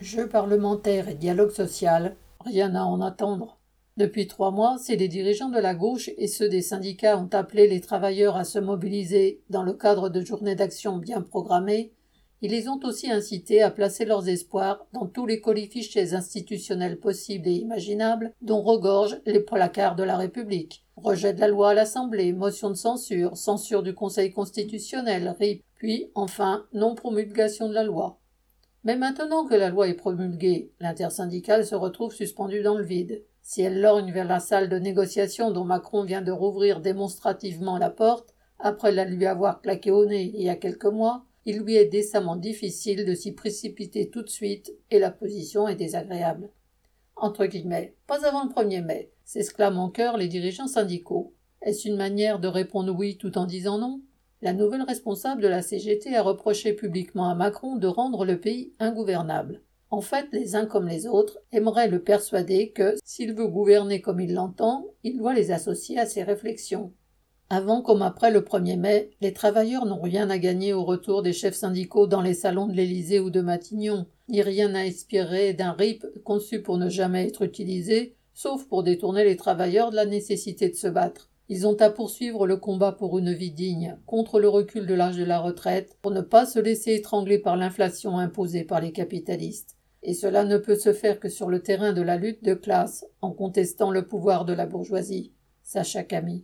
Jeu parlementaire et dialogue social, rien à en attendre. Depuis 3 mois, si les dirigeants de la gauche et ceux des syndicats ont appelé les travailleurs à se mobiliser dans le cadre de journées d'action bien programmées, ils les ont aussi incités à placer leurs espoirs dans tous les colifichets institutionnels possibles et imaginables dont regorgent les placards de la République. Rejet de la loi à l'Assemblée, motion de censure, censure du Conseil constitutionnel, RIP, puis, enfin, non-promulgation de la loi. Mais maintenant que la loi est promulguée, l'intersyndicale se retrouve suspendue dans le vide. Si elle lorgne vers la salle de négociation dont Macron vient de rouvrir démonstrativement la porte, après la lui avoir claqué au nez il y a quelques mois, il lui est décemment difficile de s'y précipiter tout de suite et la position est désagréable. Entre guillemets, pas avant le 1er mai, s'exclament en chœur les dirigeants syndicaux. Est-ce une manière de répondre oui tout en disant non ? La nouvelle responsable de la CGT a reproché publiquement à Macron de rendre le pays ingouvernable. En fait, les uns comme les autres aimeraient le persuader que, s'il veut gouverner comme il l'entend, il doit les associer à ses réflexions. Avant comme après le 1er mai, les travailleurs n'ont rien à gagner au retour des chefs syndicaux dans les salons de l'Élysée ou de Matignon, ni rien à espérer d'un RIP conçu pour ne jamais être utilisé, sauf pour détourner les travailleurs de la nécessité de se battre. Ils ont à poursuivre le combat pour une vie digne, contre le recul de l'âge de la retraite, pour ne pas se laisser étrangler par l'inflation imposée par les capitalistes. Et cela ne peut se faire que sur le terrain de la lutte de classe, en contestant le pouvoir de la bourgeoisie. Sacha Camille.